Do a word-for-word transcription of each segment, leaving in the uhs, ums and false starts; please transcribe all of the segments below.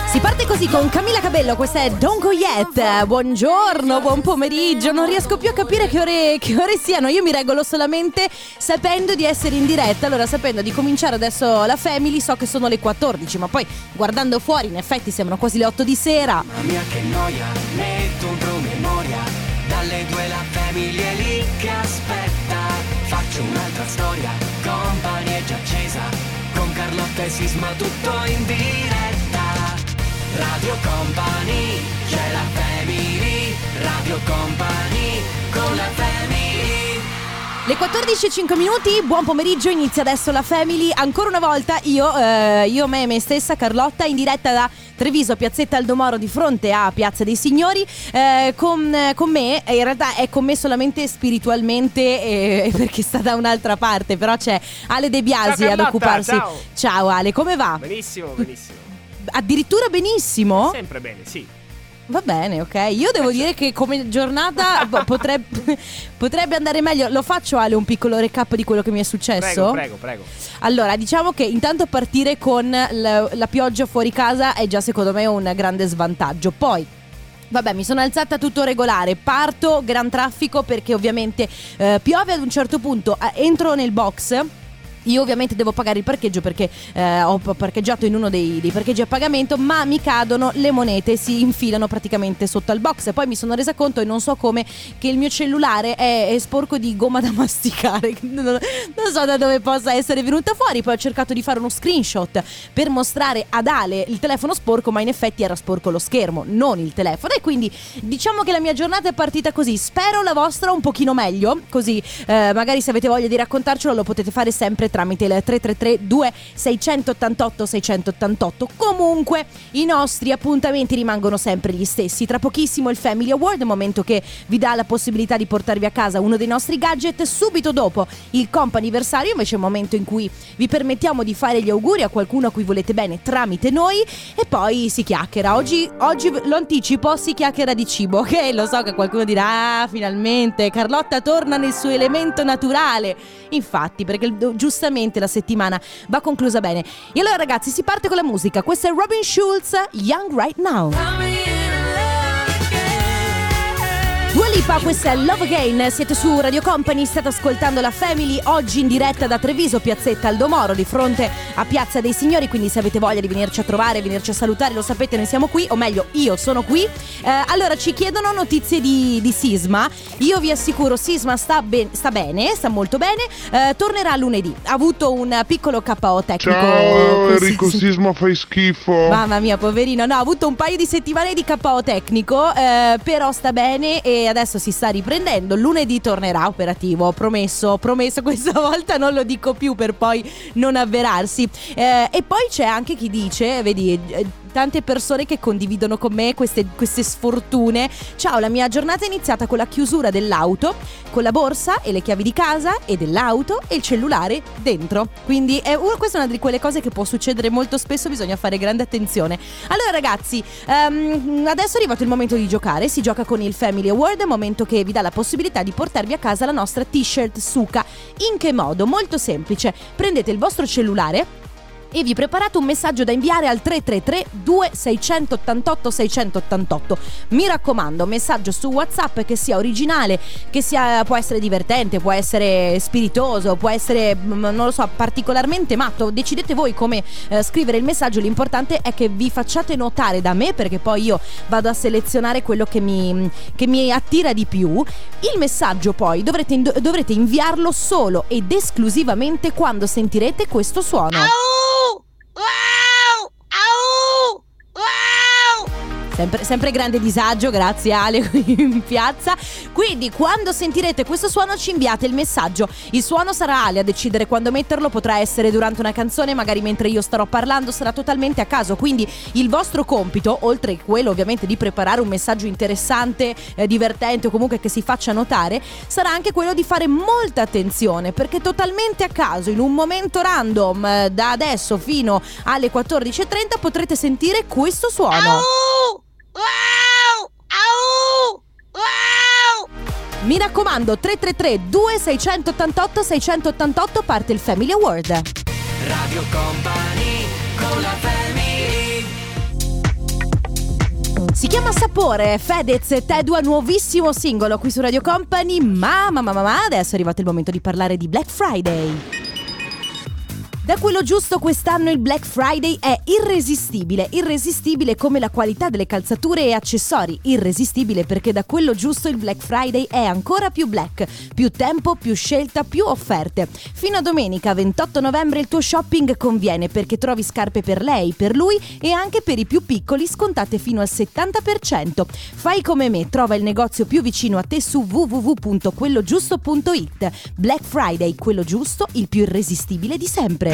Si parte così con Camilla Cabello, questa è Don't Go Yet. Buongiorno, buon pomeriggio. Non riesco più a capire che ore, che ore siano. Io mi regolo solamente sapendo di essere in diretta. Allora, sapendo di cominciare adesso la Family, so che sono le quattordici, ma poi guardando fuori in effetti sembrano quasi le otto di sera. Mamma mia che noia, metto un promemoria. Dalle due la Family è lì che aspetta. Faccio un'altra storia, Company è già accesa. Con Carlotta e Sisma tutto in diretta. Radio Company, c'è la Family. Radio Company, con la Family. Le quattordici e cinque minuti, buon pomeriggio, inizia adesso la Family. Ancora una volta io, eh, io me e me stessa, Carlotta, in diretta da Treviso, Piazzetta Aldomoro, di fronte a Piazza dei Signori, eh, con, con me. In realtà è con me solamente spiritualmente, eh, perché sta da un'altra parte, però c'è Ale De Biasi ad occuparsi. Ciao. Ciao Ale, come va? Benissimo, benissimo. Addirittura benissimo? Sempre bene, sì. Va bene, ok. Io devo dire che come giornata boh, potrebbe, potrebbe andare meglio. Lo faccio, Ale, un piccolo recap di quello che mi è successo? Prego, prego, prego. Allora, diciamo che intanto partire con la, la pioggia fuori casa è già secondo me un grande svantaggio. Poi vabbè, mi sono alzata tutto regolare, parto, gran traffico perché ovviamente eh, piove ad un certo punto, eh, entro nel box. Io ovviamente devo pagare il parcheggio perché eh, ho parcheggiato in uno dei, dei parcheggi a pagamento, ma mi cadono le monete, si infilano praticamente sotto al box. E poi mi sono resa conto, e non so come, che il mio cellulare è, è sporco di gomma da masticare. Non, non so da dove possa essere venuta fuori. Poi ho cercato di fare uno screenshot per mostrare ad Ale il telefono sporco, ma in effetti era sporco lo schermo, non il telefono. E quindi diciamo che la mia giornata è partita così. Spero la vostra un pochino meglio, così eh, magari se avete voglia di raccontarcelo lo potete fare sempre tramite il tre tre tre due sei otto otto sei otto otto. Comunque i nostri appuntamenti rimangono sempre gli stessi. Tra pochissimo il Family Award, momento che vi dà la possibilità di portarvi a casa uno dei nostri gadget. Subito dopo il comp'anniversario, invece, è un momento in cui vi permettiamo di fare gli auguri a qualcuno a cui volete bene tramite noi. E poi si chiacchiera. Oggi, oggi lo anticipo, si chiacchiera di cibo. Ok, lo so che qualcuno dirà: ah, finalmente Carlotta torna nel suo elemento naturale. Infatti, perché giustamente la settimana va conclusa bene. E allora ragazzi, si parte con la musica. Questo è Robin Schulz, Young Right Now. Dua Lipa, questa è Love Again. Siete su Radio Company, state ascoltando la Family. Oggi in diretta da Treviso, Piazzetta Aldomoro, di fronte a Piazza dei Signori. Quindi se avete voglia di venirci a trovare, venirci a salutare, lo sapete, noi siamo qui. O meglio, io sono qui. eh, Allora, ci chiedono notizie di, di Sisma. Io vi assicuro, Sisma sta, ben, sta bene, sta molto bene. eh, Tornerà lunedì. Ha avuto un piccolo K O tecnico. Ciao Enrico, Sisma fai schifo. Mamma mia, poverino. No, ha avuto un paio di settimane di K O tecnico, eh, però sta bene e adesso si sta riprendendo. Lunedì tornerà operativo, ho promesso, ho promesso, questa volta non lo dico più per poi non avverarsi. eh, E poi c'è anche chi dice, vedi, eh, tante persone che condividono con me queste, queste sfortune. Ciao, la mia giornata è iniziata con la chiusura dell'auto, con la borsa e le chiavi di casa e dell'auto e il cellulare dentro. Quindi è, uh, questa è una di quelle cose che può succedere molto spesso, bisogna fare grande attenzione. Allora ragazzi, um, adesso è arrivato il momento di giocare. Si gioca con il Family Award, momento che vi dà la possibilità di portarvi a casa la nostra t-shirt Suka. In che modo? Molto semplice. Prendete il vostro cellulare e vi preparate un messaggio da inviare al tre tre tre due sei otto otto sei otto otto. Mi raccomando, messaggio su WhatsApp che sia originale, che sia, può essere divertente, può essere spiritoso, può essere, non lo so, particolarmente matto. Decidete voi come eh, scrivere il messaggio. L'importante è che vi facciate notare da me, perché poi io vado a selezionare quello che mi, che mi attira di più. Il messaggio poi dovrete, dovrete inviarlo solo ed esclusivamente quando sentirete questo suono. Wow! Au! Wow! Sempre, sempre grande disagio, grazie Ale qui in piazza. Quindi quando sentirete questo suono ci inviate il messaggio. Il suono sarà Ale a decidere quando metterlo, potrà essere durante una canzone, magari mentre io starò parlando, sarà totalmente a caso. Quindi il vostro compito, oltre a quello ovviamente di preparare un messaggio interessante, eh, divertente o comunque che si faccia notare, sarà anche quello di fare molta attenzione, perché totalmente a caso, in un momento random, eh, da adesso fino alle quattordici e trenta potrete sentire questo suono. Au! Wow! Au! Wow! Mi raccomando, tre tre tre due sei otto otto sei otto otto, parte il Family Award. Radio Company con la Family. Si chiama Sapore, Fedez e Tedua, nuovissimo singolo qui su Radio Company. Ma, ma, ma, ma, ma adesso è arrivato il momento di parlare di Black Friday. Da quello giusto quest'anno il Black Friday è irresistibile, irresistibile come la qualità delle calzature e accessori, irresistibile perché da quello giusto il Black Friday è ancora più black, più tempo, più scelta, più offerte. Fino a domenica ventotto novembre il tuo shopping conviene perché trovi scarpe per lei, per lui e anche per i più piccoli scontate fino al settanta per cento. Fai come me, trova il negozio più vicino a te su w w w punto quello giusto punto i t. Black Friday, quello giusto, il più irresistibile di sempre.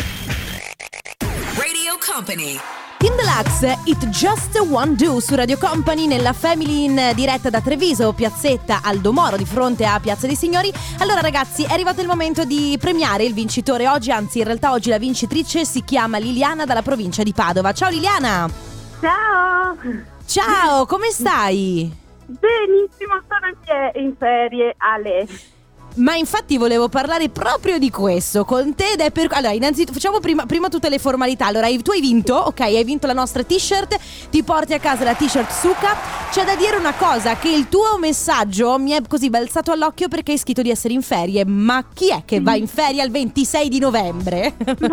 Radio Company. In Deluxe, It Just Won't Do su Radio Company nella Family in diretta da Treviso, Piazzetta Aldo Moro di fronte a Piazza dei Signori. Allora ragazzi, è arrivato il momento di premiare il vincitore oggi, anzi in realtà oggi la vincitrice si chiama Liliana dalla provincia di Padova. Ciao Liliana! Ciao! Ciao, come stai? Benissimo, sono in, fie- in ferie, Ale. Ma infatti volevo parlare proprio di questo con te ed è per... Allora, innanzitutto facciamo prima, prima tutte le formalità. Allora, tu hai vinto, ok, hai vinto la nostra t-shirt, ti porti a casa la t-shirt Suka. C'è da dire una cosa, che il tuo messaggio mi è così balzato all'occhio perché hai scritto di essere in ferie. Ma chi è che va in ferie il ventisei di novembre?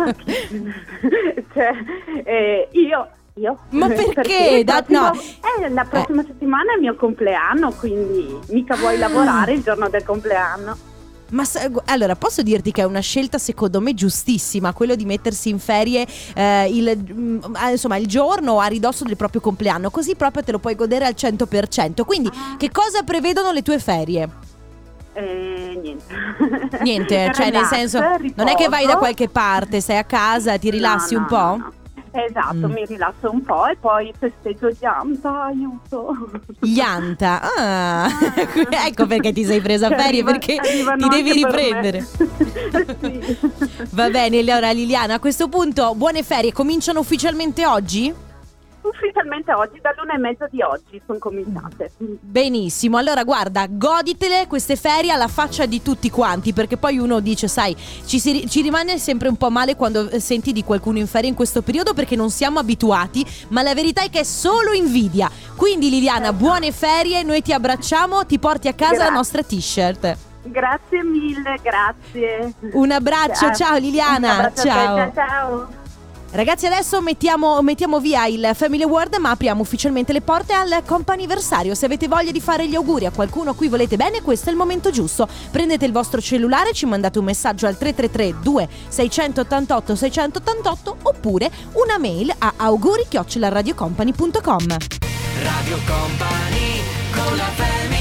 Cioè, eh, io... Io? Ma perché? Perché Da- prossimo- no. eh, la prossima Eh. settimana è il mio compleanno, quindi mica vuoi lavorare il giorno del compleanno. Ma sa- allora posso dirti che è una scelta secondo me giustissima, quello di mettersi in ferie eh, il, mm, ah, insomma il giorno a ridosso del proprio compleanno, così proprio te lo puoi godere al cento per cento. Quindi Ah. che cosa prevedono le tue ferie? Eh, niente. Niente, cioè nel Relax, senso non è che vai da riposo. qualche parte, sei a casa, ti rilassi No, un no, po'? no, no. Esatto, Mm. mi rilasso un po' e poi festeggio Gianta, aiuto. Ianta, ah. Ecco perché ti sei presa Cioè, ferie, arriva- perché arrivano ti devi anche per riprendere. me. Sì. Va bene, allora Liliana, a questo punto buone ferie, cominciano ufficialmente oggi? Ufficialmente oggi, dall'una e mezza di oggi sono cominciate. Benissimo, allora guarda, goditele queste ferie alla faccia di tutti quanti, perché poi uno dice, sai, ci, si, ci rimane sempre un po' male quando eh, senti di qualcuno in ferie in questo periodo perché non siamo abituati, ma la verità è che è solo invidia. Quindi Liliana, buone ferie, noi ti abbracciamo, ti porti a casa Grazie. la nostra t-shirt. Grazie mille, grazie. Un abbraccio, ciao Liliana, Un abbraccio a te, ciao. ciao ciao. Ragazzi, adesso mettiamo, mettiamo via il Family Award, ma apriamo ufficialmente le porte al comp'anniversario. Se avete voglia di fare gli auguri a qualcuno a cui volete bene, questo è il momento giusto. Prendete il vostro cellulare, ci mandate un messaggio al tre tre tre due sei otto otto sei otto otto oppure una mail a auguri chiocciola radiocompany punto com. Radio Company con la family.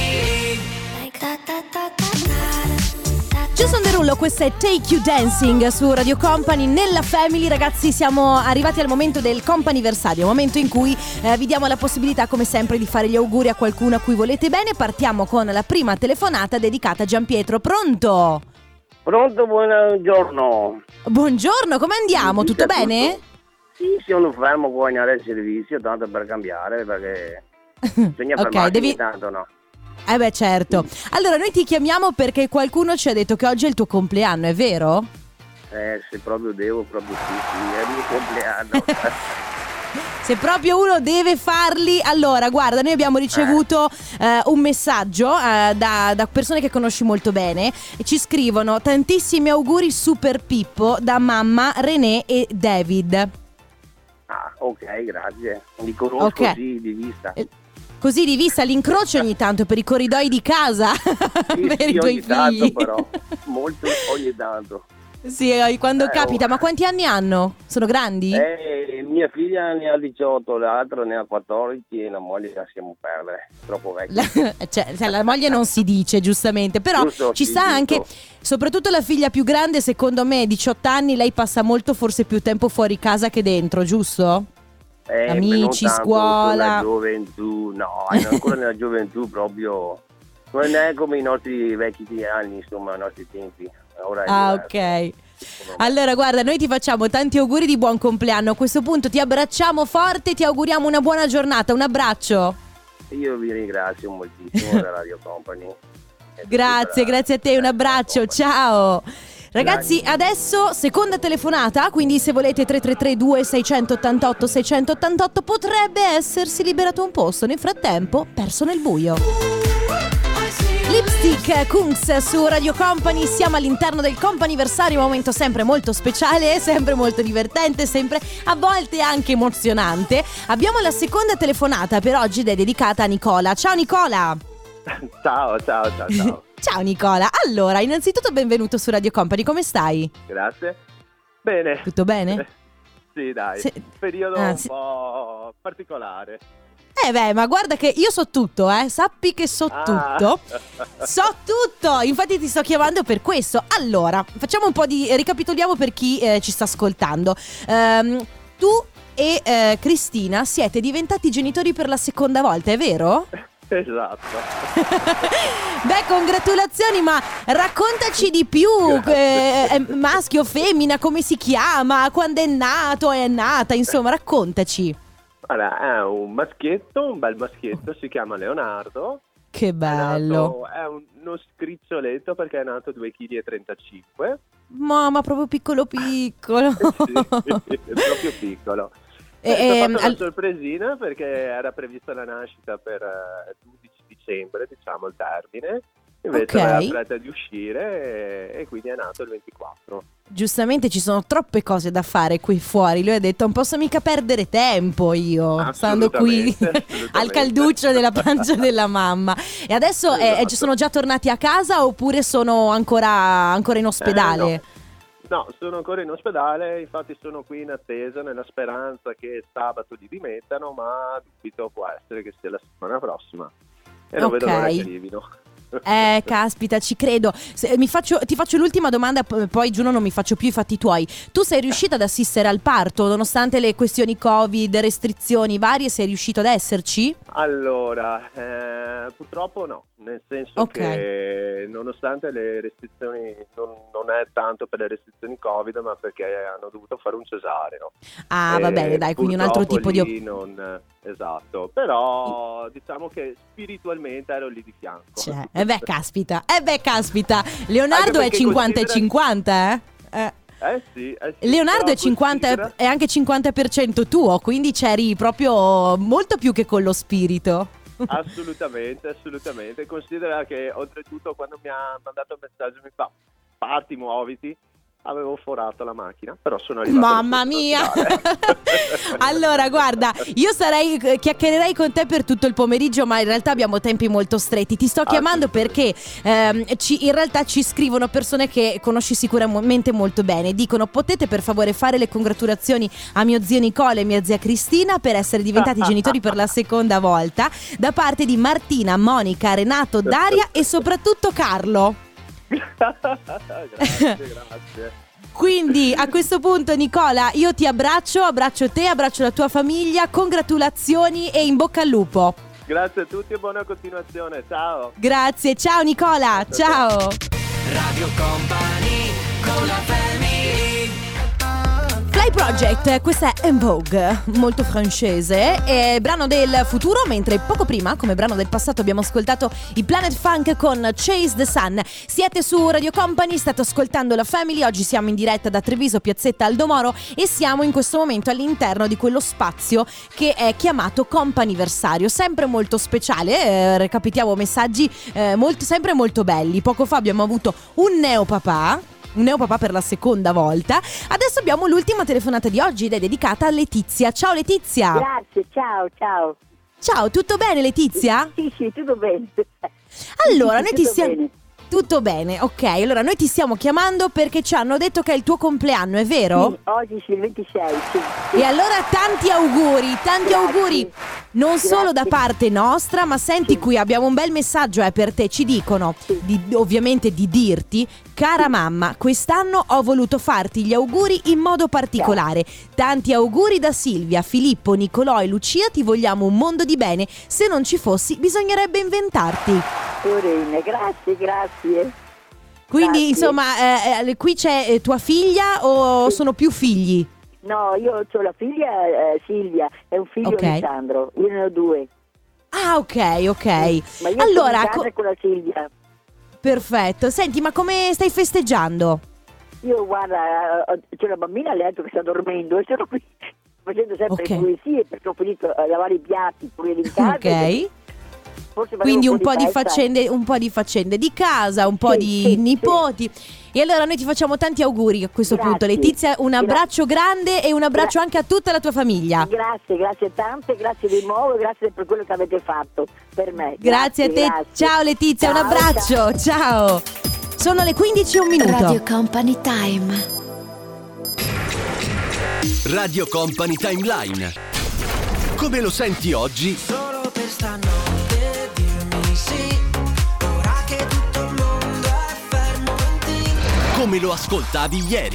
Jason Derulo, questo è Take You Dancing su Radio Company nella Family. Ragazzi, siamo arrivati al momento del comp'anniversario, momento in cui eh, vi diamo la possibilità come sempre di fare gli auguri a qualcuno a cui volete bene. Partiamo con la prima telefonata dedicata a Gianpietro. Pronto? Pronto, buongiorno. Buongiorno, come andiamo? Tutto bene? Sì, sono fermo qua in area di servizio, tanto per cambiare, perché bisogna Ok, fermarsi devi- ogni tanto, no? Eh beh, certo. Allora, noi ti chiamiamo perché qualcuno ci ha detto che oggi è il tuo compleanno, è vero? Eh, se proprio devo, proprio sì, sì, è il mio compleanno. Se proprio uno deve farli, allora guarda, noi abbiamo ricevuto eh, un messaggio eh, da, da persone che conosci molto bene e ci scrivono: tantissimi auguri Super Pippo da mamma, René e David. Ah, ok, grazie. Li conosco Ok. sì, di vista. Eh, Così di vista l'incrocio ogni tanto per i corridoi di casa. Sì, per sì, i tuoi ogni tanto figli. però, molto ogni tanto. Sì, eh, quando Eh, capita. oh. Ma quanti anni hanno? Sono grandi? Eh, mia figlia ne ha diciotto, l'altro ne ha quattordici e la moglie lasciamo perdere, troppo vecchia. La, cioè, cioè, la moglie non si dice, giustamente, però Giusto, ci sì, sta giusto. anche, soprattutto la figlia più grande, secondo me, diciotto anni, lei passa molto forse più tempo fuori casa che dentro, giusto? Eh, Amici, non tanto, scuola. Nella gioventù, no, è ancora nella gioventù proprio. Non è come i nostri vecchi anni, insomma, i nostri tempi. Ora è Ah, diverso. ok. Allora, guarda, noi ti facciamo tanti auguri di buon compleanno. A questo punto ti abbracciamo forte, ti auguriamo una buona giornata. Un abbraccio. Io vi ringrazio moltissimo della Radio Company. Grazie, grazie a te, un abbraccio, ciao. Ragazzi, adesso seconda telefonata, quindi se volete tre tre tre due sei otto otto sei otto otto potrebbe essersi liberato un posto. Nel frattempo, perso nel buio. Lipstick Kungs su Radio Company, siamo all'interno del comp'anniversario, un momento sempre molto speciale, sempre molto divertente, sempre a volte anche emozionante. Abbiamo la seconda telefonata per oggi ed è dedicata a Nicola. Ciao Nicola! Ciao, ciao, ciao, ciao. Ciao Nicola, allora innanzitutto benvenuto su Radio Company, come stai? Grazie. Bene. Tutto bene? Sì, dai, Se... periodo ah, un sì. po' particolare. Eh beh, ma guarda che io so tutto, eh, sappi che so Ah. tutto. So tutto, infatti ti sto chiamando per questo. Allora, facciamo un po' di, ricapitoliamo per chi eh, ci sta ascoltando. Ehm, tu e eh, Cristina siete diventati genitori per la seconda volta, è vero? Esatto. Beh, congratulazioni, ma raccontaci di più. eh, è maschio o femmina, come si chiama, quando è nato, è nata, insomma, raccontaci. Allora, è un maschietto, un bel maschietto, si chiama Leonardo. Che È, bello. nato, è un- uno scriccioletto perché è nato due virgola trentacinque chili. Mamma, proprio piccolo piccolo. Sì, è proprio piccolo. E- Eh, ci ho ehm, fatto una al- sorpresina perché era prevista la nascita per eh, l'undici dicembre, diciamo il termine. Invece Ok. aveva fretta di uscire e, e quindi è nato il ventiquattro. Giustamente ci sono troppe cose da fare qui fuori. Lui ha detto: non posso mica perdere tempo io, stando qui Assolutamente, assolutamente. al calduccio della pancia della mamma. E adesso eh, Esatto. sono già tornati a casa oppure sono ancora, ancora in ospedale? Eh, no. No, sono ancora in ospedale, infatti sono qui in attesa nella speranza che sabato li rimettano, ma dubito, può essere che sia la settimana prossima. E non vedo Ok. l'ora che arrivino. Eh, caspita, ci credo. Se- mi faccio, ti faccio l'ultima domanda, p- poi giuro non mi faccio più i fatti tuoi. Tu sei riuscita ad assistere al parto, nonostante le questioni Covid, restrizioni varie, sei riuscito ad esserci? Allora, eh, purtroppo no, nel senso Ok. che nonostante le restrizioni, non, non è tanto per le restrizioni Covid, ma perché hanno dovuto fare un cesareo. Ah, va E bene, dai, quindi un altro purtroppo tipo di... lì non, esatto, però diciamo che spiritualmente ero lì di fianco. Cioè, eh beh, caspita, eh beh, caspita. Leonardo Anche è perché cinquanta e considera- cinquanta, eh? eh. Eh sì, eh sì, Leonardo però è, cinquanta, considera- è anche cinquanta per cento tuo, quindi c'eri proprio molto più che con lo spirito. Assolutamente, assolutamente. Considera che oltretutto quando mi ha mandato il messaggio mi fa parti, muoviti, avevo forato la macchina, però sono arrivato. Mamma allo stesso mia. ospedale. Allora guarda, io sarei chiacchiererei con te per tutto il pomeriggio, ma in realtà abbiamo tempi molto stretti. Ti sto chiamando perché ehm, ci, in realtà ci scrivono persone che conosci sicuramente molto bene. Dicono: potete per favore fare le congratulazioni a mio zio Nicola e mia zia Cristina per essere diventati genitori per la seconda volta, da parte di Martina, Monica, Renato, Daria e soprattutto Carlo. Grazie, grazie. Quindi a questo punto Nicola, io ti abbraccio, abbraccio te, abbraccio la tua famiglia, congratulazioni e in bocca al lupo. Grazie a tutti e buona continuazione. Ciao. Grazie, ciao Nicola, ciao. Radio Company con la family. Fly Project, questa è En Vogue, molto francese, è brano del futuro, mentre poco prima, come brano del passato, abbiamo ascoltato i Planet Funk con Chase the Sun. Siete su Radio Company, state ascoltando la Family, oggi siamo in diretta da Treviso, Piazzetta Aldomoro e siamo in questo momento all'interno di quello spazio che è chiamato Comp'anniversario, sempre molto speciale, eh, recapitiamo messaggi eh, molto, sempre molto belli. Poco fa abbiamo avuto un neopapà, un neopapà per la seconda volta. Adesso abbiamo l'ultima telefonata di oggi ed è dedicata a Letizia. Ciao Letizia. Grazie, ciao, ciao. Ciao, tutto bene Letizia? Sì, sì, tutto bene. Allora, Sì, noi sì, ti tutto stiamo... bene. Tutto bene, ok. Allora, noi ti stiamo chiamando perché ci hanno detto che è il tuo compleanno, è vero? Sì, oggi sì, il ventisei, sì. sì. E allora tanti auguri, tanti Grazie. auguri. Non Grazie. solo da parte nostra, ma senti Sì. qui abbiamo un bel messaggio eh, per te. Ci dicono, Sì. di- ovviamente di dirti: cara mamma, quest'anno ho voluto farti gli auguri in modo particolare. Tanti auguri da Silvia, Filippo, Nicolò e Lucia. Ti vogliamo un mondo di bene. Se non ci fossi, bisognerebbe inventarti. Porina, grazie, grazie. Quindi, Grazie. insomma, eh, eh, qui c'è eh, tua figlia o Sì. sono più figli? No, io ho la figlia eh, Silvia e un figlio Ok. Alessandro. Io ne ho due. Ah, ok, ok. Ma io Allora, sono in co- casa con la Silvia. perfetto. Senti, ma come stai festeggiando? Io guarda, ho- c'è una bambina a letto che sta dormendo e sono qui facendo sempre Ok. pulizie perché ho finito a lavare i piatti, pulire in casa. Ok. Forse facevo Quindi un po' di festa. faccende, un po' di faccende di casa, un po' Sì, di sì, nipoti. E allora noi ti facciamo tanti auguri a questo Grazie. punto. Letizia, un abbraccio grande e un abbraccio Gra- anche a tutta la tua famiglia. Grazie, grazie tante, grazie di nuovo, grazie per quello che avete fatto per me. Grazie, a te. grazie. Ciao Letizia, un Ciao, abbraccio. Ciao. Sono le quindici e un minuto. Radio Company Time. Radio Company Timeline. Come lo senti oggi? Solo per stanotte dimmi sì, ora che tutto il mondo è fermo in te. Come lo ascoltavi ieri?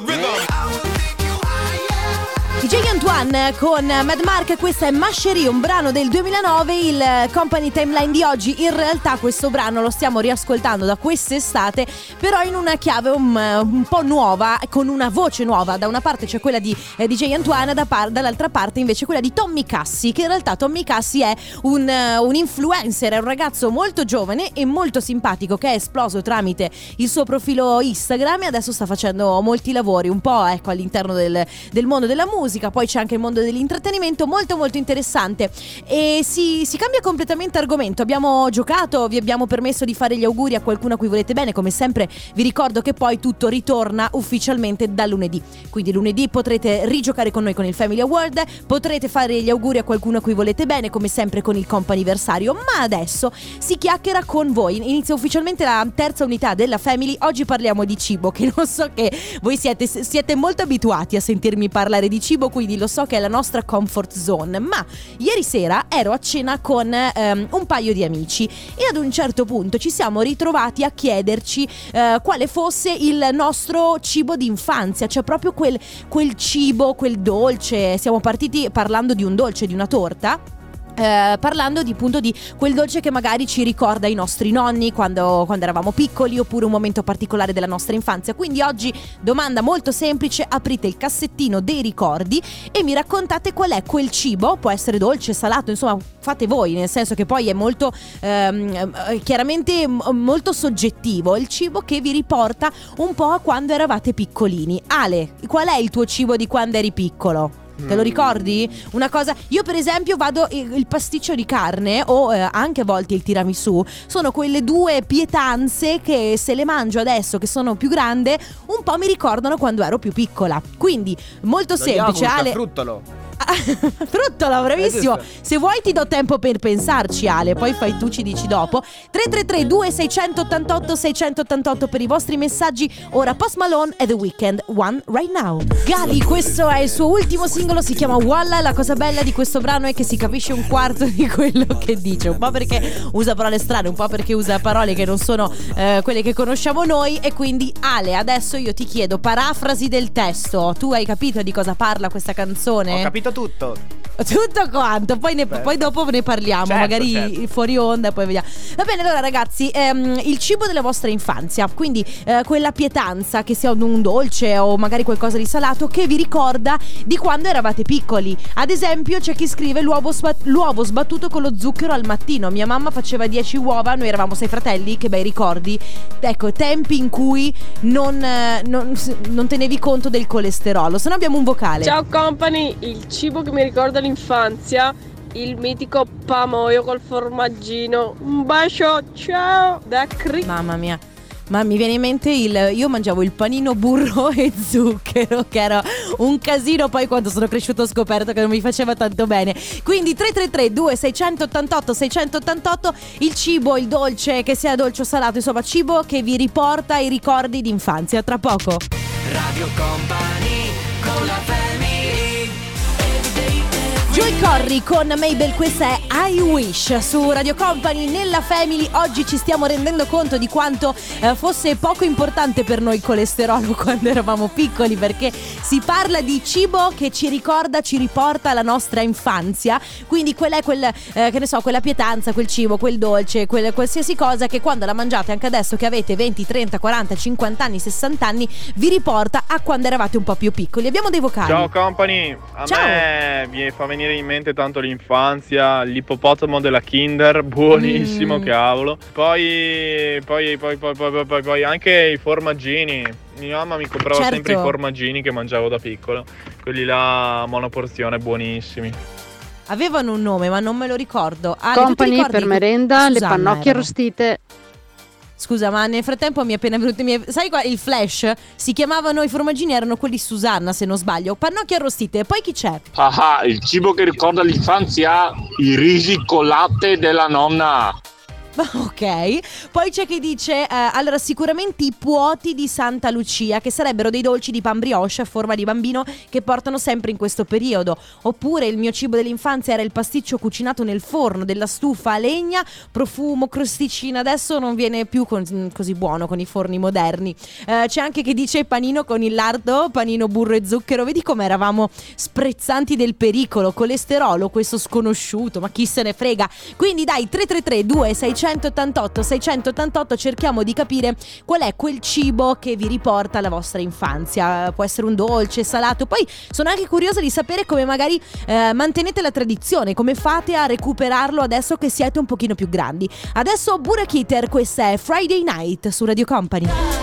D J Antoine con Mad Mark, questa è Mashery, un brano del duemilanove, il Company Timeline di oggi. In realtà questo brano lo stiamo riascoltando da quest'estate, però in una chiave un, un po' nuova, con una voce nuova. Da una parte c'è quella di eh, D J Antoine, da par- dall'altra parte invece quella di Tommy Cassi, che in realtà Tommy Cassi è un, uh, un influencer, è un ragazzo molto giovane e molto simpatico che è esploso tramite il suo profilo Instagram e adesso sta facendo molti lavori un po' ecco all'interno del, del mondo della musica. Poi c'è anche il mondo dell'intrattenimento, molto molto interessante. E si, si cambia completamente argomento. Abbiamo giocato, vi abbiamo permesso di fare gli auguri a qualcuno a cui volete bene. Come sempre vi ricordo che poi tutto ritorna ufficialmente da lunedì. Quindi lunedì potrete rigiocare con noi con il Family Award, potrete fare gli auguri a qualcuno a cui volete bene, come sempre con il comp'anniversario. Ma adesso si chiacchiera con voi. Inizia ufficialmente la terza unità della Family. Oggi parliamo di cibo, che non so che voi siete, siete molto abituati a sentirmi parlare di cibo, quindi lo so che è la nostra comfort zone. Ma ieri sera ero a cena con um, un paio di amici e ad un certo punto ci siamo ritrovati a chiederci uh, quale fosse il nostro cibo d'infanzia, cioè proprio quel, quel cibo, quel dolce. Siamo partiti parlando di un dolce, di una torta. Eh, parlando di appunto di quel dolce che magari ci ricorda i nostri nonni quando, quando eravamo piccoli, oppure un momento particolare della nostra infanzia. Quindi oggi domanda molto semplice: aprite il cassettino dei ricordi e mi raccontate qual è quel cibo, può essere dolce, salato, insomma fate voi, nel senso che poi è molto ehm, chiaramente m- molto soggettivo il cibo che vi riporta un po' a quando eravate piccolini. Ale, qual è il tuo cibo di quando eri piccolo? Te lo ricordi? Una cosa, io per esempio vado il, il pasticcio di carne o eh, anche a volte il tiramisù, sono quelle due pietanze che se le mangio adesso che sono più grande un po' mi ricordano quando ero più piccola. Quindi molto Lo semplice. yogurt, Ale, fruttolo. fruttolo, bravissimo. Eh, giusto. Se vuoi ti do tempo per pensarci, Ale, poi fai tu, ci dici dopo. Tre tre tre due sei otto otto sei otto otto per i vostri messaggi. Ora Post Malone e The Weeknd, One Right Now. Gali, questo è il suo ultimo singolo, si chiama Walla. La cosa bella di questo brano è che si capisce un quarto di quello che dice, un po' perché usa parole strane, un po' perché usa parole che non sono eh, quelle che conosciamo noi. E quindi Ale, adesso io ti chiedo parafrasi del testo. Tu hai capito di cosa parla questa canzone? Ho capito tutto. Tutto quanto, poi, ne, poi dopo ne parliamo, Certo, magari certo. fuori onda, poi vediamo. Va bene, allora ragazzi, ehm, il cibo della vostra infanzia, quindi eh, quella pietanza, che sia un dolce o magari qualcosa di salato, che vi ricorda di quando eravate piccoli. Ad esempio c'è chi scrive l'uovo, sba- l'uovo sbattuto con lo zucchero al mattino. Mia mamma faceva dieci uova, noi eravamo sei fratelli, che bei ricordi. Ecco, tempi in cui non, eh, non, non tenevi conto del colesterolo. Se no abbiamo un vocale. Ciao company, il cibo che mi ricorda l'infanzia, il mitico pamoio col formaggino. Un bacio, ciao da Cri. Mamma mia. Ma mi viene in mente il... Io mangiavo il panino burro e zucchero, che era un casino. Poi quando sono cresciuto ho scoperto che non mi faceva tanto bene. Quindi tre tre tre due sei otto otto sei otto otto. Il cibo, il dolce, che sia dolce o salato, insomma cibo che vi riporta i ricordi d'infanzia. Tra poco Radio Company con la family. Joy Corry con Mabel, questa è I Wish su Radio Company nella Family. Oggi ci stiamo rendendo conto di quanto eh, fosse poco importante per noi il colesterolo quando eravamo piccoli, perché si parla di cibo che ci ricorda, ci riporta alla nostra infanzia. Quindi quella è quel, eh, che ne so, quella pietanza, quel cibo, quel dolce, quel, qualsiasi cosa che quando la mangiate, anche adesso che avete venti, trenta, quaranta, cinquanta anni, sessanta anni, vi riporta a quando eravate un po' più piccoli. Abbiamo dei vocali. Ciao company, a Ciao. me mi fa venire venire in mente tanto l'infanzia, l'ippopotamo della Kinder, buonissimo, Mm. cavolo. Poi, poi, poi, poi, poi, poi, poi, poi anche i formaggini. Mia mamma mi comprava Certo. sempre i formaggini che mangiavo da piccolo. Quelli là, monoporzione, buonissimi. Avevano un nome, ma non me lo ricordo. Ale, tu ti Company ricordi per che- merenda, le Susanna pannocchie erano. arrostite. Scusa, ma nel frattempo mi è appena venuto. mi è- Sai qua il flash? Si chiamavano i formaggini, erano quelli Susanna, se non sbaglio. Pannocchie arrostite. E poi chi c'è? Ah, il cibo che ricorda l'infanzia, i risi con latte della nonna. Ok, poi c'è chi dice, eh, allora sicuramente i puoti di Santa Lucia, che sarebbero dei dolci di pan brioche a forma di bambino che portano sempre in questo periodo. Oppure il mio cibo dell'infanzia era il pasticcio cucinato nel forno della stufa a legna, profumo, crosticina. Adesso non viene più con- così buono con i forni moderni. Eh, c'è anche chi dice panino con il lardo, panino burro e zucchero. Vedi come eravamo sprezzanti del pericolo, colesterolo, questo sconosciuto, ma chi se ne frega. Quindi dai, tre tre tre due sei otto otto sei otto otto, cerchiamo di capire qual è quel cibo che vi riporta alla vostra infanzia. Può essere un dolce, salato. Poi sono anche curiosa di sapere come magari eh, mantenete la tradizione, come fate a recuperarlo adesso che siete un pochino più grandi. Adesso Burak Eater, questa è Friday Night su Radio Company.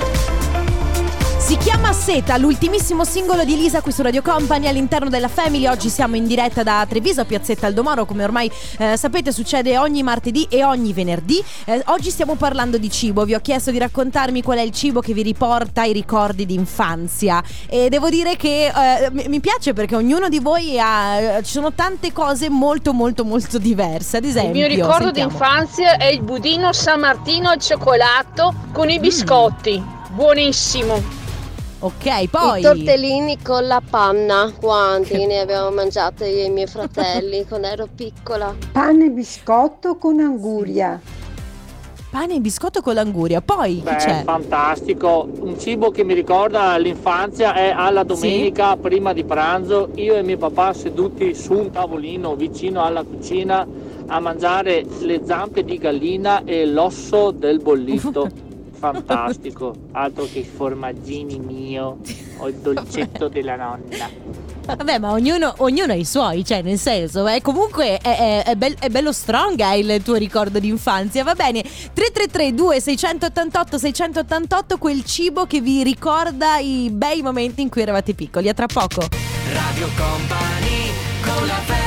Si chiama Seta, l'ultimissimo singolo di Elisa qui su Radio Company all'interno della Family. Oggi siamo in diretta da Treviso, Piazzetta Aldomoro, come ormai eh, sapete succede ogni martedì e ogni venerdì. Eh, oggi stiamo parlando di cibo, vi ho chiesto di raccontarmi qual è il cibo che vi riporta i ricordi di infanzia e devo dire che eh, mi mi piace perché ognuno di voi ha, ci sono tante cose molto molto molto diverse. Ad Il esempio, mio ricordo sentiamo. d'infanzia è il budino San Martino al cioccolato con i biscotti. Buonissimo. Ok, poi I tortellini con la panna, quanti ne abbiamo mangiati io e i miei fratelli quando ero piccola. Pane e biscotto con anguria. Pane e biscotto con l'anguria. Poi Beh, chi c'è? fantastico. Un cibo che mi ricorda l'infanzia è alla domenica prima di pranzo, io e mio papà seduti su un tavolino vicino alla cucina a mangiare le zampe di gallina e l'osso del bollito. Fantastico, altro che i formaggini mio o il dolcetto della nonna. Vabbè, ma ognuno, ognuno ha i suoi, cioè nel senso, eh, comunque è, è, è, bel- è bello strong eh, il tuo ricordo di infanzia. Va bene, tre tre tre due sei otto otto sei otto otto, quel cibo che vi ricorda i bei momenti in cui eravate piccoli. A tra poco. Radio Company con la Family.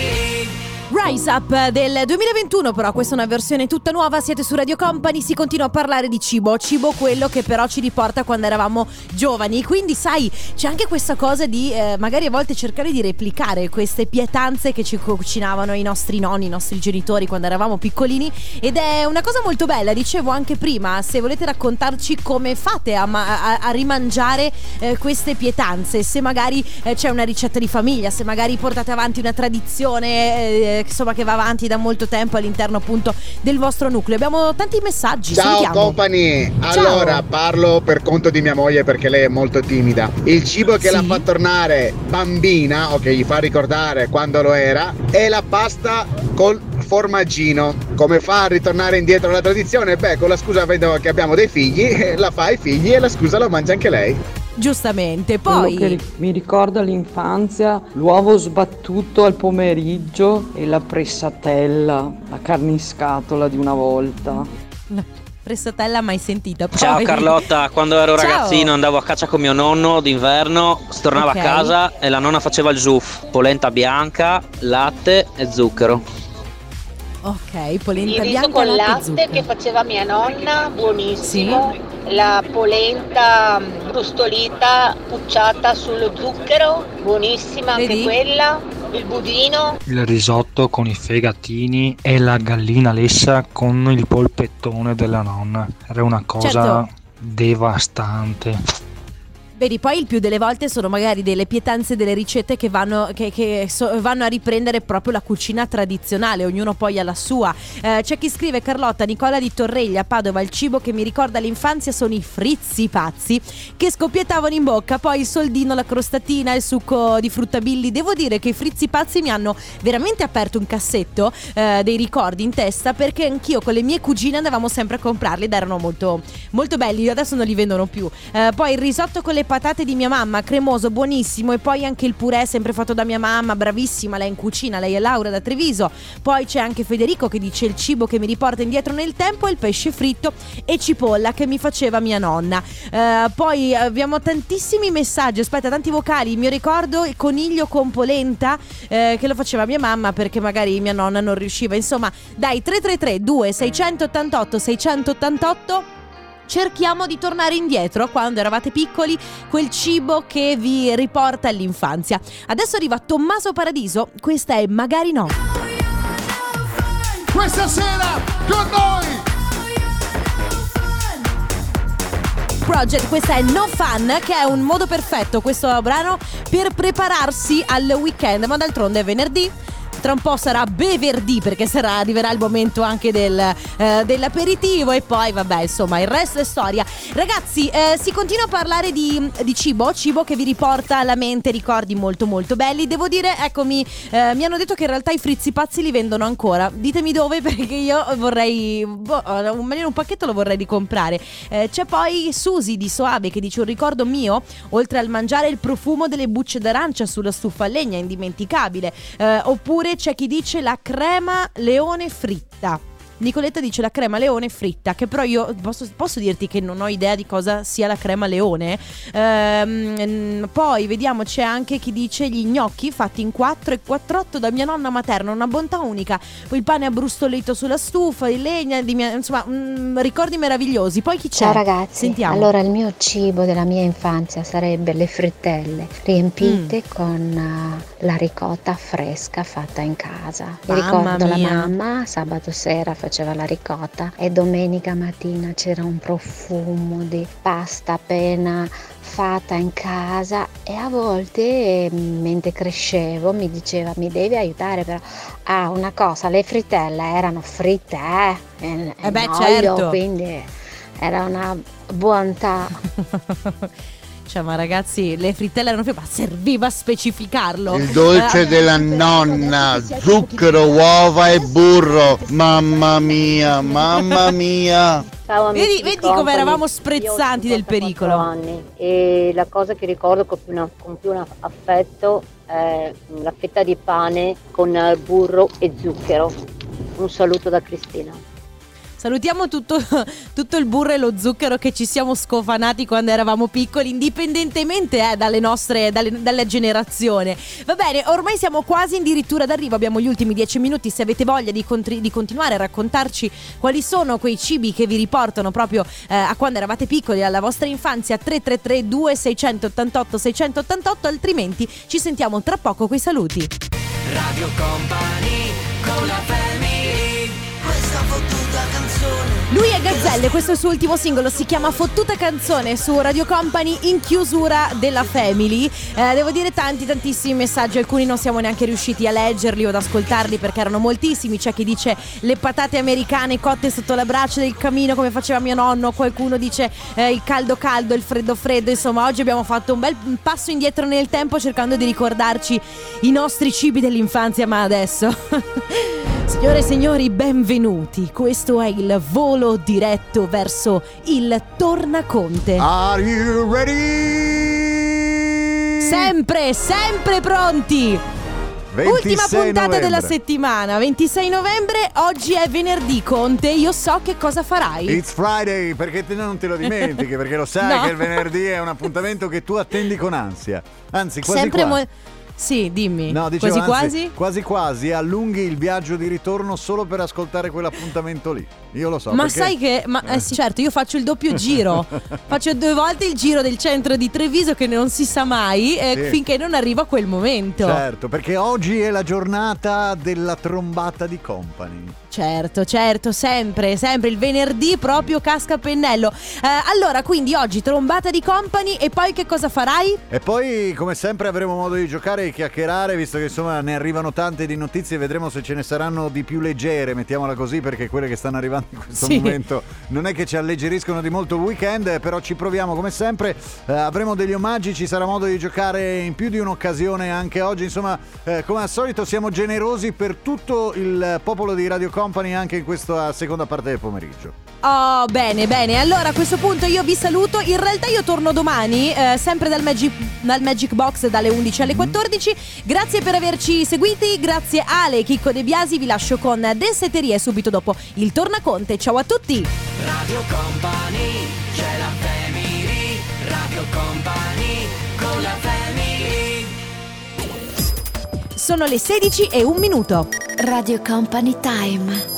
Rise Up del duemilaventuno, però questa è una versione tutta nuova. Siete su Radio Company, si continua a parlare di cibo. Cibo quello che però ci riporta quando eravamo giovani. Quindi sai, c'è anche questa cosa di eh, magari a volte cercare di replicare queste pietanze che ci cucinavano i nostri nonni, i nostri genitori quando eravamo piccolini. Ed è una cosa molto bella, dicevo anche prima. Se volete raccontarci come fate a, ma- a-, a rimangiare eh, queste pietanze, se magari eh, c'è una ricetta di famiglia, se magari portate avanti una tradizione eh, insomma che va avanti da molto tempo all'interno appunto del vostro nucleo. Abbiamo tanti messaggi. Ciao Sentiamo. company, Ciao. allora parlo per conto di mia moglie perché lei è molto timida. Il cibo che Sì. la fa tornare bambina o che gli fa ricordare quando lo era è la pasta col formaggino. Come fa a ritornare indietro alla tradizione? Beh, con la scusa vedo che abbiamo dei figli, la fa ai figli e la scusa la mangia anche lei. Giustamente. Quello Poi che ri- mi ricorda l'infanzia, l'uovo sbattuto al pomeriggio e la pressatella, la carne in scatola di una volta. pressatella mai sentita. Poi... Ciao Carlotta, quando ero Ciao. ragazzino andavo a caccia con mio nonno d'inverno, tornavo Ok. a casa e la nonna faceva il zuff, polenta bianca, latte e zucchero. Ok, Il polenta riso bianca con latte e latte zucchero. che faceva mia nonna, buonissimo. La polenta mm, brustolita pucciata sullo zucchero, buonissima anche Vedi? quella. Il budino. Il risotto con i fegatini e la gallina lessa con il polpettone della nonna. Era una cosa Certo. devastante. Vedi, poi il più delle volte sono magari delle pietanze, delle ricette che vanno, che, che so- vanno a riprendere proprio la cucina tradizionale, ognuno poi ha la sua. Eh, c'è chi scrive: Carlotta, Nicola di Torreglia, Padova, il cibo che mi ricorda l'infanzia sono i frizzi pazzi che scoppiettavano in bocca, poi il soldino, la crostatina, il succo di fruttabilli. Devo dire che i frizzi pazzi mi hanno veramente aperto un cassetto eh, dei ricordi in testa, perché anch'io con le mie cugine andavamo sempre a comprarli ed erano molto, molto belli. Adesso non li vendono più. Eh, poi il risotto con le alle patate di mia mamma, cremoso, buonissimo. E poi anche il purè sempre fatto da mia mamma, bravissima lei in cucina, lei è Laura da Treviso. Poi c'è anche Federico che dice il cibo che mi riporta indietro nel tempo è il pesce fritto e cipolla che mi faceva mia nonna. Uh, poi abbiamo tantissimi messaggi, aspetta, tanti vocali. Il mio ricordo il coniglio con polenta eh, che lo faceva mia mamma perché magari mia nonna non riusciva. Insomma, dai, tre tre tre due sei otto otto sei otto otto. Cerchiamo di tornare indietro a quando eravate piccoli, quel cibo che vi riporta all'infanzia. Adesso arriva Tommaso Paradiso, questa è Magari No. Questa sera con noi Project, questa è No Fun, che è un modo perfetto, questo brano, per prepararsi al weekend, ma d'altronde è venerdì. Tra un po' sarà beverdì perché sarà, arriverà il momento anche del, eh, dell'aperitivo e poi vabbè, insomma, il resto è storia. Ragazzi, eh, si continua a parlare di, di cibo, cibo che vi riporta alla mente ricordi molto molto belli. Devo dire, eccomi, eh, mi hanno detto che in realtà i frizzi pazzi li vendono ancora. Ditemi dove, perché io vorrei, boh, un, un pacchetto lo vorrei ricomprare. Eh, c'è poi Susi di Soave che dice un ricordo mio, oltre al mangiare il profumo delle bucce d'arancia sulla stufa a legna, indimenticabile. Eh, oppure c'è chi dice la crema leone fritta. Nicoletta dice la crema leone fritta, che però io posso, posso dirti che non ho idea di cosa sia la crema leone. Ehm, poi vediamo, c'è anche chi dice gli gnocchi fatti in quattro e quattr'otto da mia nonna materna, una bontà unica. Poi il pane abbrustolito sulla stufa di legna, di mia, insomma, mh, ricordi meravigliosi. Poi chi c'è? Ciao ragazzi, sentiamo. Allora il mio cibo della mia infanzia sarebbe le frittelle riempite mm. con uh, la ricotta fresca fatta in casa. Mi Mamma ricordo mia. la mamma sabato sera faceva la ricotta e domenica mattina c'era un profumo di pasta appena fatta in casa e a volte mentre crescevo mi diceva mi devi aiutare però ah una cosa, le frittelle erano fritte eh, e, eh beh, olio, certo. quindi era una bontà. Cioè, ma ragazzi, le frittelle erano più, ma serviva a specificarlo. Il dolce eh, della nonna, zucchero, uova e burro. Mamma mia, mamma mia. Ciao amici Vedi, di vedi Company. come eravamo Io sprezzanti ho del pericolo. anni e la cosa che ricordo con più, una, con più un affetto è la fetta di pane con burro e zucchero. Un saluto da Cristina. Salutiamo tutto, tutto il burro e lo zucchero che ci siamo scofanati quando eravamo piccoli, indipendentemente eh, dalle nostre dalle, dalla generazione. Va bene, ormai siamo quasi addirittura d'arrivo, abbiamo gli ultimi dieci minuti. Se avete voglia di, contri- di continuare a raccontarci quali sono quei cibi che vi riportano proprio eh, a quando eravate piccoli, alla vostra infanzia, tre tre tre due sei otto otto sei otto otto, altrimenti ci sentiamo tra poco coi saluti. Radio Company con la family, questa fottuta canzone. Lui è Gazzelle, questo è il suo ultimo singolo, si chiama Fottuta Canzone su Radio Company in chiusura della Family. Eh, devo dire tanti tantissimi messaggi, alcuni non siamo neanche riusciti a leggerli o ad ascoltarli perché erano moltissimi. C'è chi dice le patate americane cotte sotto la brace del camino come faceva mio nonno, qualcuno dice eh, il caldo caldo, il freddo freddo. Insomma, oggi abbiamo fatto un bel passo indietro nel tempo cercando di ricordarci i nostri cibi dell'infanzia, ma adesso signore e signori, benvenuti. Questo è il volo diretto verso il Tornaconte. Are you ready? Sempre, sempre pronti. Ultima puntata novembre. della settimana, ventisei novembre, oggi è venerdì, Conte, io so che cosa farai. It's Friday, perché te non te lo dimentichi, perché lo sai No. che il venerdì è un appuntamento che tu attendi con ansia. Anzi, quasi Sempre quasi. mo- Sì, dimmi. No, dicevo, quasi anzi, quasi? quasi quasi allunghi il viaggio di ritorno solo per ascoltare quell'appuntamento lì. Io lo so. Ma perché... sai che, ma eh sì, certo, io faccio il doppio giro. Faccio due volte il giro del centro di Treviso che non si sa mai eh, Sì. finché non arrivo a quel momento. Certo, perché oggi è la giornata della trombata di Company. Certo, certo, sempre, sempre il venerdì proprio casca a pennello. Eh, allora, quindi oggi trombata di Company e poi che cosa farai? E poi, come sempre, avremo modo di giocare e chiacchierare, visto che insomma ne arrivano tante di notizie. Vedremo se ce ne saranno di più leggere, mettiamola così, perché quelle che stanno arrivando in questo Sì. momento non è che ci alleggeriscono di molto il weekend, però ci proviamo come sempre. Eh, avremo degli omaggi, ci sarà modo di giocare in più di un'occasione anche oggi. Insomma, eh, come al solito siamo generosi per tutto il popolo di Radio Company anche in questa seconda parte del pomeriggio. Oh, bene, bene. Allora a questo punto io vi saluto. In realtà io torno domani, eh, sempre dal Magic, dal Magic Box dalle undici alle quattordici. Grazie per averci seguiti. Grazie Ale, Chicco De Biasi. Vi lascio con Densetterie subito dopo il Tornaconte. Ciao a tutti. Radio Company, c'è la family. Radio Company, con la family. Sono le sedici e un minuto. Radio Company Time.